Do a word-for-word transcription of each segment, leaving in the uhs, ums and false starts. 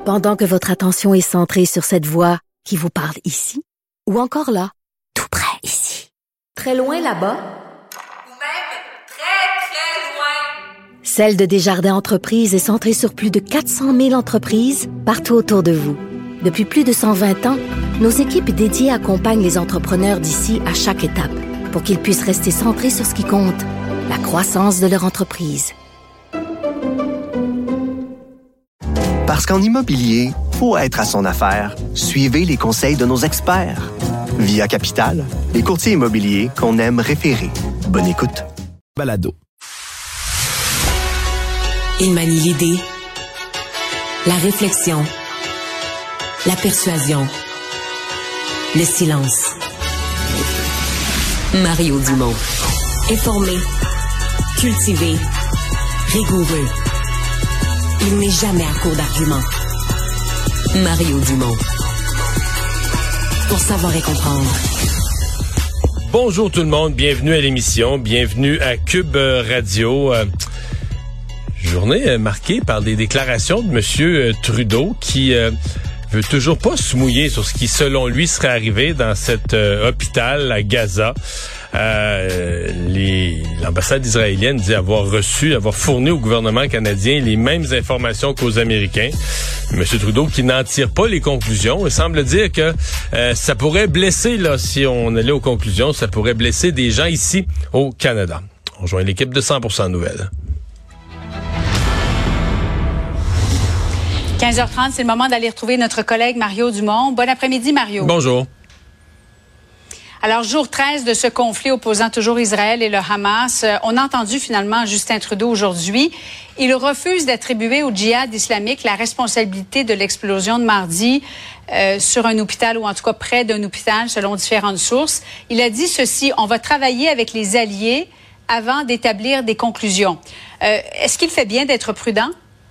Pendant que votre attention est centrée sur cette voix qui vous parle ici, ou encore là, tout près ici, très loin là-bas, ou même très, très loin. Celle de Desjardins Entreprises est centrée sur plus de quatre cent mille entreprises partout autour de vous. Depuis plus de cent vingt ans, nos équipes dédiées accompagnent les entrepreneurs d'ici à chaque étape pour qu'ils puissent rester centrés sur ce qui compte, la croissance de leur entreprise. Parce qu'en immobilier, pour être à son affaire, suivez les conseils de nos experts. Via Capital, les courtiers immobiliers qu'on aime référer. Bonne écoute. Balado. Il manie l'idée, la réflexion, la persuasion, le silence. Mario Dumont. Informé, cultivé, rigoureux. Il n'est jamais à court d'arguments. Mario Dumont. Pour savoir et comprendre. Bonjour tout le monde, bienvenue à l'émission, bienvenue à Cube Radio. Euh, journée marquée par des déclarations de M. Trudeau qui euh, veut toujours pas se mouiller sur ce qui, selon lui, serait arrivé dans cet euh, hôpital à Gaza. Euh, les, l'ambassade israélienne dit avoir reçu, avoir fourni au gouvernement canadien les mêmes informations qu'aux Américains. M. Trudeau qui n'en tire pas les conclusions. Il semble dire que euh, ça pourrait blesser, là, si on allait aux conclusions, ça pourrait blesser des gens ici au Canada. On rejoint l'équipe de cent pour cent Nouvelles. quinze heures trente, c'est le moment d'aller retrouver notre collègue Mario Dumont. Bon après-midi, Mario. Bonjour. Alors, jour treize de ce conflit opposant toujours Israël et le Hamas. Euh, on a entendu finalement Justin Trudeau aujourd'hui. Il refuse d'attribuer au djihad islamique la responsabilité de l'explosion de mardi euh, sur un hôpital ou en tout cas près d'un hôpital selon différentes sources. Il a dit ceci, on va travailler avec les alliés avant d'établir des conclusions. Euh, est-ce qu'il fait bien d'être prudent?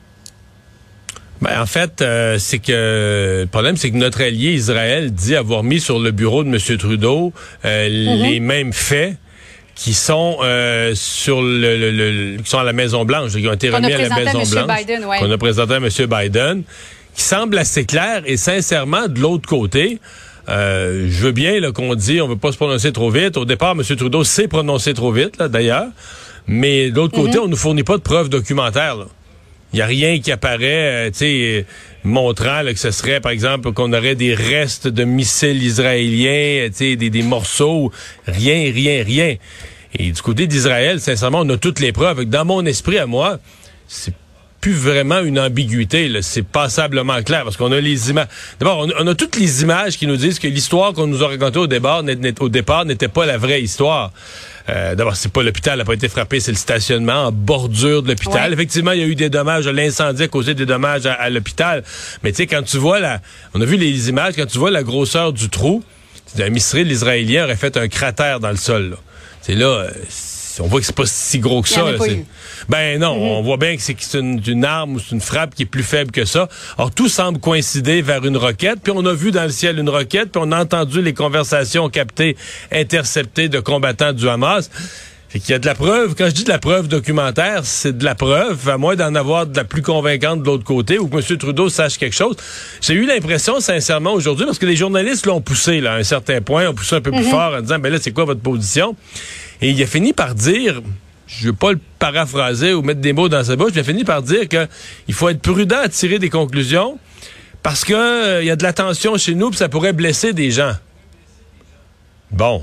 Ben, en fait, euh, c'est que le problème, c'est que notre allié Israël dit avoir mis sur le bureau de M. Trudeau euh, mm-hmm. les mêmes faits qui sont euh, sur le, le, le qui sont à la Maison-Blanche, qui ont été remis à la Maison-Blanche, Biden, ouais. qu'on a présenté à M. Biden, qui semble assez clair et sincèrement, de l'autre côté, euh, je veux bien là, qu'on dit on veut pas se prononcer trop vite. Au départ, M. Trudeau s'est prononcé trop vite, là, d'ailleurs, mais de l'autre mm-hmm. côté, on nous fournit pas de preuves documentaires, là. Il n'y a rien qui apparaît, euh, tu sais, montrant là, que ce serait, par exemple, qu'on aurait des restes de missiles israéliens, tu sais, des, des morceaux. Rien, rien, rien. Et du côté d'Israël, sincèrement, on a toutes les preuves. Dans mon esprit, à moi, c'est plus vraiment une ambiguïté, là. C'est passablement clair, parce qu'on a les images. D'abord, on a, on a toutes les images qui nous disent que l'histoire qu'on nous a racontée au départ, au départ n'était pas la vraie histoire. Euh, d'abord, c'est pas l'hôpital n'a pas été frappé, c'est le stationnement en bordure de l'hôpital. Ouais. Effectivement, il y a eu des dommages, l'incendie a causé des dommages à, à l'hôpital. Mais tu sais, quand tu vois la, on a vu les images, quand tu vois la grosseur du trou, un missile israélien aurait fait un cratère dans le sol. C'est là, là on voit que c'est pas si gros que ça. Là, ben non, mm-hmm. on voit bien que c'est, que c'est une, une arme ou c'est une frappe qui est plus faible que ça. Or, tout semble coïncider vers une roquette, puis on a vu dans le ciel une roquette, puis on a entendu les conversations captées, interceptées de combattants du Hamas. Fait qu'il y a de la preuve. Quand je dis de la preuve documentaire, c'est de la preuve, à moins d'en avoir de la plus convaincante de l'autre côté, ou que M. Trudeau sache quelque chose. J'ai eu l'impression, sincèrement, aujourd'hui, parce que les journalistes l'ont poussé, là, à un certain point, ont poussé un peu plus mm-hmm. fort en disant, ben là, c'est quoi votre position? Et il a fini par dire, je veux pas le paraphraser ou mettre des mots dans sa bouche, il a fini par dire que il faut être prudent à tirer des conclusions parce que euh, il y a de la tension chez nous puis ça pourrait blesser des gens. Bon.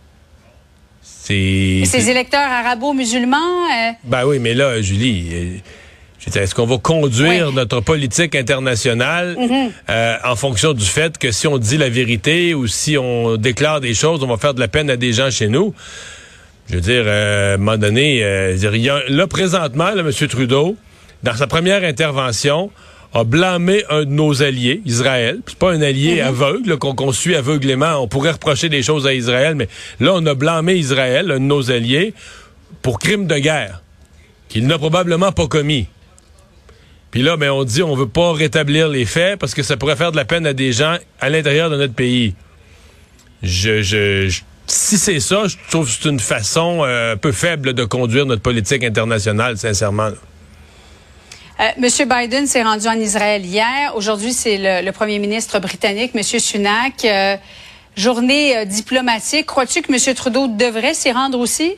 C'est... Ces électeurs arabo-musulmans... Euh... Ben oui, mais là, Julie... Euh, est-ce qu'on va conduire oui. notre politique internationale mm-hmm. euh, en fonction du fait que si on dit la vérité ou si on déclare des choses, on va faire de la peine à des gens chez nous? Je veux dire, euh, à un moment donné, euh, dire, il y a, là, présentement, là, M. Trudeau, dans sa première intervention, a blâmé un de nos alliés, Israël. C'est pas un allié mm-hmm. aveugle, là, qu'on, qu'on suit aveuglément. On pourrait reprocher des choses à Israël, mais là, on a blâmé Israël, un de nos alliés, pour crime de guerre, qu'il n'a probablement pas commis. Puis là, ben, on dit on veut pas rétablir les faits parce que ça pourrait faire de la peine à des gens à l'intérieur de notre pays. Je, je, je si c'est ça, je trouve que c'est une façon euh, un peu faible de conduire notre politique internationale, sincèrement. Là. Euh, Monsieur Biden s'est rendu en Israël hier. Aujourd'hui, c'est le, le premier ministre britannique, Monsieur Sunak. Euh, journée euh, diplomatique. Crois-tu que Monsieur Trudeau devrait s'y rendre aussi?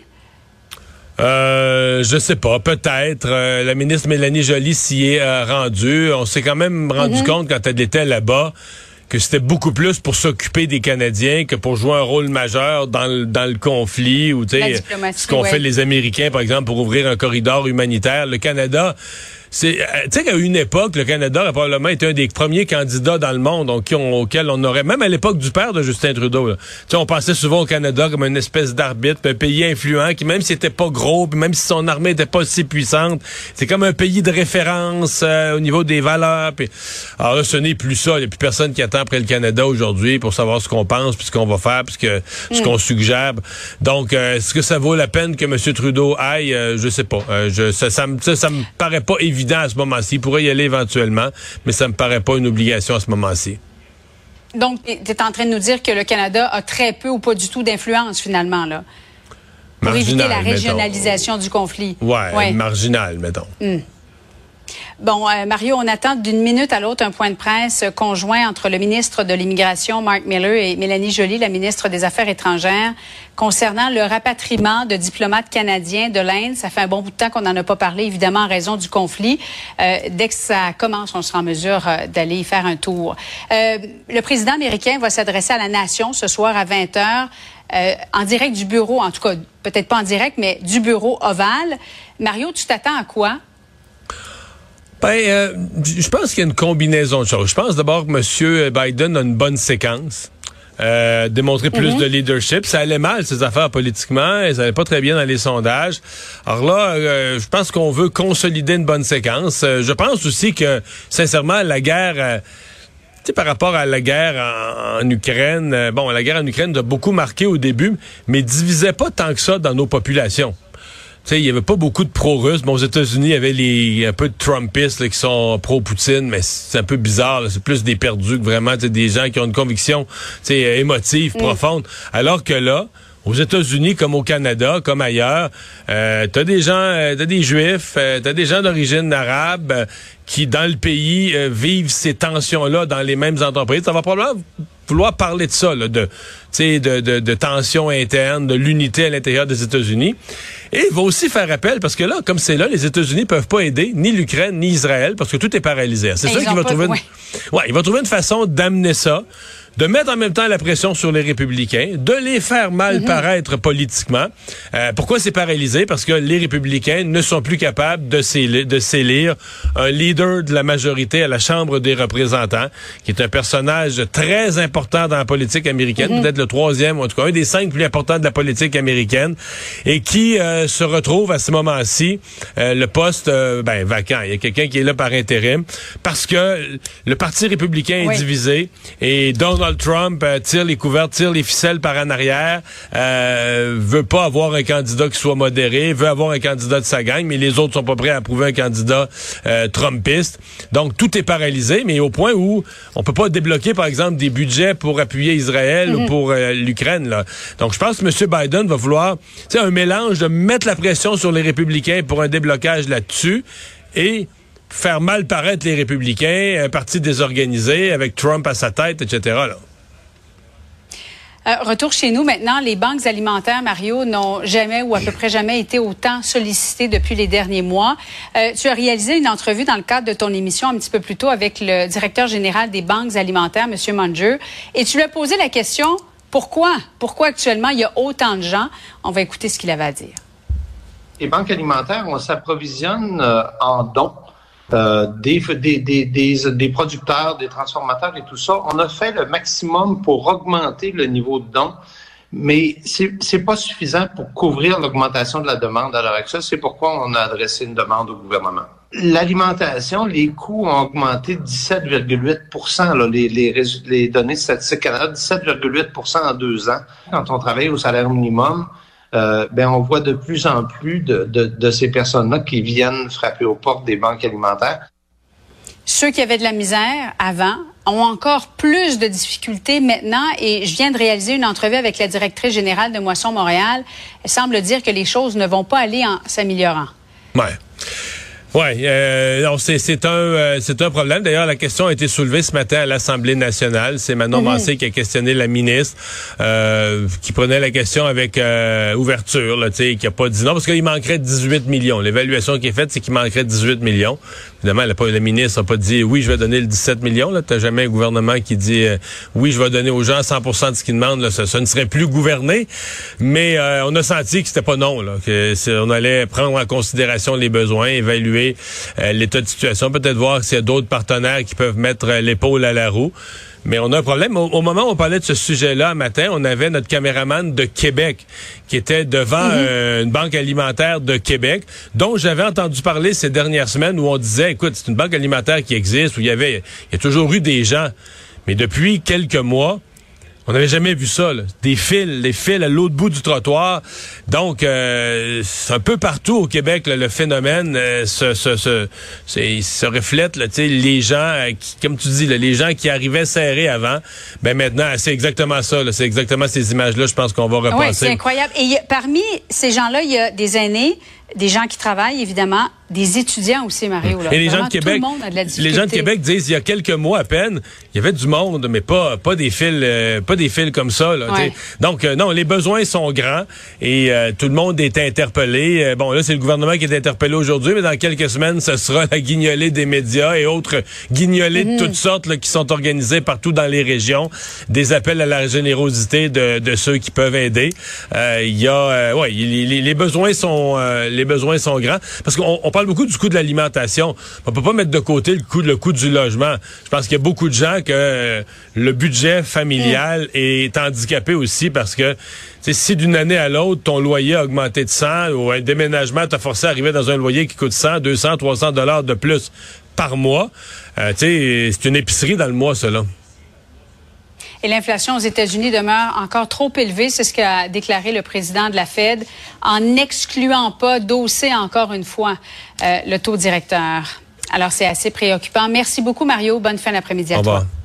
Euh, je sais pas, peut-être. Euh, la ministre Mélanie Joly s'y est euh, rendue. On s'est quand même rendu mm-hmm. compte quand elle était là-bas que c'était beaucoup plus pour s'occuper des Canadiens que pour jouer un rôle majeur dans le, dans le conflit ou tu sais ce qu'ont ouais. fait les Américains par exemple pour ouvrir un corridor humanitaire. Le Canada, c'est tu sais qu'à une époque le Canada a probablement été un des premiers candidats dans le monde donc, on, auquel on aurait même à l'époque du père de Justin Trudeau. Tu sais on pensait souvent au Canada comme une espèce d'arbitre, un pays influent qui même s'il était pas gros, puis même si son armée était pas si puissante, c'est comme un pays de référence euh, au niveau des valeurs. Pis, alors là, ce n'est plus ça. Il n'y a plus personne qui attend après le Canada aujourd'hui pour savoir ce qu'on pense, puis ce qu'on va faire, puis ce, que, mm. ce qu'on suggère. Donc, euh, est-ce que ça vaut la peine que M. Trudeau aille? Euh, je sais pas. Euh, je, ça, ça, ça, ça me paraît pas évident à ce moment-ci. Il pourrait y aller éventuellement, mais ça me paraît pas une obligation à ce moment-ci. Donc, tu es en train de nous dire que le Canada a très peu ou pas du tout d'influence, finalement, là, pour marginal, éviter la régionalisation mettons. du conflit. Ouais, ouais. Marginal, mettons. Mm. Bon, euh, Mario, on attend d'une minute à l'autre un point de presse conjoint entre le ministre de l'Immigration, Mark Miller, et Mélanie Joly, la ministre des Affaires étrangères, concernant le rapatriement de diplomates canadiens de l'Inde. Ça fait un bon bout de temps qu'on n'en a pas parlé, évidemment, en raison du conflit. Euh, dès que ça commence, on sera en mesure euh, d'aller y faire un tour. Euh, le président américain va s'adresser à la nation ce soir à vingt heures, euh, en direct du bureau, en tout cas, peut-être pas en direct, mais du bureau ovale. Mario, tu t'attends à quoi? Ben, euh, je pense qu'il y a une combinaison de choses. Je pense d'abord que M. Biden a une bonne séquence. Euh, démontrer plus mm-hmm. de leadership. Ça allait mal, ces affaires politiquement, et ça allait pas très bien dans les sondages. Alors là, euh, je pense qu'on veut consolider une bonne séquence. Euh, je pense aussi que, sincèrement, la guerre... Euh, tu sais, par rapport à la guerre en, en Ukraine, euh, bon, la guerre en Ukraine nous a beaucoup marqué au début, mais divisait pas tant que ça dans nos populations. Tu sais, il y avait pas beaucoup de pro-russes. Bon, aux États-Unis, il y avait les un peu de Trumpistes là, qui sont pro-Poutine, mais c'est un peu bizarre. Là. C'est plus des perdus que vraiment des gens qui ont une conviction émotive, mm. profonde. Alors que là, aux États-Unis, comme au Canada, comme ailleurs, euh, t'as des gens, euh, t'as des Juifs, euh, t'as des gens d'origine arabe euh, qui, dans le pays, euh, vivent ces tensions-là dans les mêmes entreprises. Ça va probablement vouloir parler de ça, là, de, de, de, de tensions internes, de l'unité à l'intérieur des États-Unis. Et il va aussi faire appel, parce que là, comme c'est là, les États-Unis peuvent pas aider ni l'Ukraine, ni Israël, parce que tout est paralysé. C'est ça qu'il va pas, trouver une... ouais. ouais, il va trouver une façon d'amener ça, de mettre en même temps la pression sur les républicains, de les faire mal mm-hmm. paraître politiquement. Euh, pourquoi c'est paralysé? Parce que les républicains ne sont plus capables de s'élire, de s'élire un leader de la majorité à la Chambre des représentants, qui est un personnage très important dans la politique américaine, mm-hmm. peut-être le troisième, ou en tout cas un des cinq plus importants de la politique américaine, et qui euh, se retrouve à ce moment-ci euh, le poste euh, ben, vacant. Il y a quelqu'un qui est là par intérim, parce que le Parti républicain oui. est divisé, et Donald Trump euh, tire les couvertes, tire les ficelles par en arrière, euh, veut pas avoir un candidat qui soit modéré, veut avoir un candidat de sa gang, mais les autres sont pas prêts à approuver un candidat euh, trumpiste. Donc, tout est paralysé, mais au point où on peut pas débloquer, par exemple, des budgets pour appuyer Israël mm-hmm. ou pour euh, l'Ukraine. Là. Donc, je pense que M. Biden va vouloir, tu sais, un mélange de mettre la pression sur les républicains pour un déblocage là-dessus et faire mal paraître les républicains, un parti désorganisé avec Trump à sa tête, et cetera. Là. Euh, retour chez nous maintenant. Les banques alimentaires, Mario, n'ont jamais ou à peu près jamais été autant sollicitées depuis les derniers mois. Euh, tu as réalisé une entrevue dans le cadre de ton émission un petit peu plus tôt avec le directeur général des banques alimentaires, M. Munger, et tu lui as posé la question, pourquoi? Pourquoi actuellement il y a autant de gens? On va écouter ce qu'il avait à dire. Les banques alimentaires, on s'approvisionne euh, en dons. Euh, des, des, des, des, des producteurs, des transformateurs et tout ça. On a fait le maximum pour augmenter le niveau de dons, mais c'est, c'est pas suffisant pour couvrir l'augmentation de la demande à l'heure actuelle. C'est pourquoi on a adressé une demande au gouvernement. L'alimentation, les coûts ont augmenté de dix-sept virgule huit pour cent, là, les, les, les données statistiques Canada, dix-sept virgule huit pour cent en deux ans. Quand on travaille au salaire minimum, Euh, ben on voit de plus en plus de, de, de ces personnes-là qui viennent frapper aux portes des banques alimentaires. Ceux qui avaient de la misère avant ont encore plus de difficultés maintenant, et je viens de réaliser une entrevue avec la directrice générale de Moisson Montréal. Elle semble dire que les choses ne vont pas aller en s'améliorant. Ouais. Oui, euh, c'est, c'est un euh, c'est un problème. D'ailleurs, la question a été soulevée ce matin à l'Assemblée nationale. C'est Manon mm-hmm. Mancé qui a questionné la ministre, euh, qui prenait la question avec euh, ouverture, là, tu sais, qui a pas dit non, parce qu'il manquerait dix-huit millions. L'évaluation qui est faite, c'est qu'il manquerait dix-huit millions. Évidemment, la, la ministre n'a pas dit oui, je vais donner le dix-sept millions. Là, t'as jamais un gouvernement qui dit euh, oui, je vais donner aux gens cent pour cent de ce qu'ils demandent. Là, ça, ça ne serait plus gouverné. Mais euh, on a senti que c'était pas non, là, que c'est, on allait prendre en considération les besoins, évaluer Euh, l'état de situation, peut-être voir s'il y a d'autres partenaires qui peuvent mettre euh, l'épaule à la roue. Mais on a un problème. Au, au moment où on parlait de ce sujet-là, un matin, on avait notre caméraman de Québec qui était devant mm-hmm. euh, une banque alimentaire de Québec, dont j'avais entendu parler ces dernières semaines où on disait, écoute, c'est une banque alimentaire qui existe, où il y avait, il y a toujours eu des gens. Mais depuis quelques mois, on n'avait jamais vu ça, là. Des fils, des fils à l'autre bout du trottoir. Donc, euh, c'est un peu partout au Québec, là, le phénomène euh, se, se, se, se, se reflète. Là, les gens, euh, qui, comme tu dis, là, les gens qui arrivaient serrés avant, ben maintenant, c'est exactement ça. Là, c'est exactement ces images-là, je pense qu'on va repasser. Oui, c'est incroyable. Et y a, parmi ces gens-là, il y a des aînés, des gens qui travaillent, évidemment, des étudiants aussi, Mario. Là. Et les gens, de Québec, tout le monde a de la difficulté. Les gens de Québec disent, il y a quelques mois à peine, il y avait du monde, mais pas pas des fils, euh, pas des fils comme ça. Là, ouais. Donc, euh, non, les besoins sont grands et euh, tout le monde est interpellé. Euh, bon, là, c'est le gouvernement qui est interpellé aujourd'hui, mais dans quelques semaines, ce sera la guignolée des médias et autres guignolées mm-hmm. de toutes sortes là, qui sont organisées partout dans les régions. Des appels à la générosité de, de ceux qui peuvent aider. Euh, il y a, euh, ouais, les, les, les besoins sont, euh, les besoins sont grands parce qu'on on parle beaucoup du coût de l'alimentation. On peut pas mettre de côté le coût, le coût du logement. Je pense qu'il y a beaucoup de gens que euh, le budget familial mmh. est handicapé aussi parce que si d'une année à l'autre, ton loyer a augmenté de cent ou un déménagement t'a forcé à arriver dans un loyer qui coûte cent, deux cents, trois cents dollars de plus par mois, euh, c'est une épicerie dans le mois, cela. Et l'inflation aux États-Unis demeure encore trop élevée. C'est ce qu'a déclaré le président de la Fed en n'excluant pas d'hausser encore une fois euh, le taux directeur. Alors, c'est assez préoccupant. Merci beaucoup, Mario. Bonne fin d'après-midi à toi. Au revoir.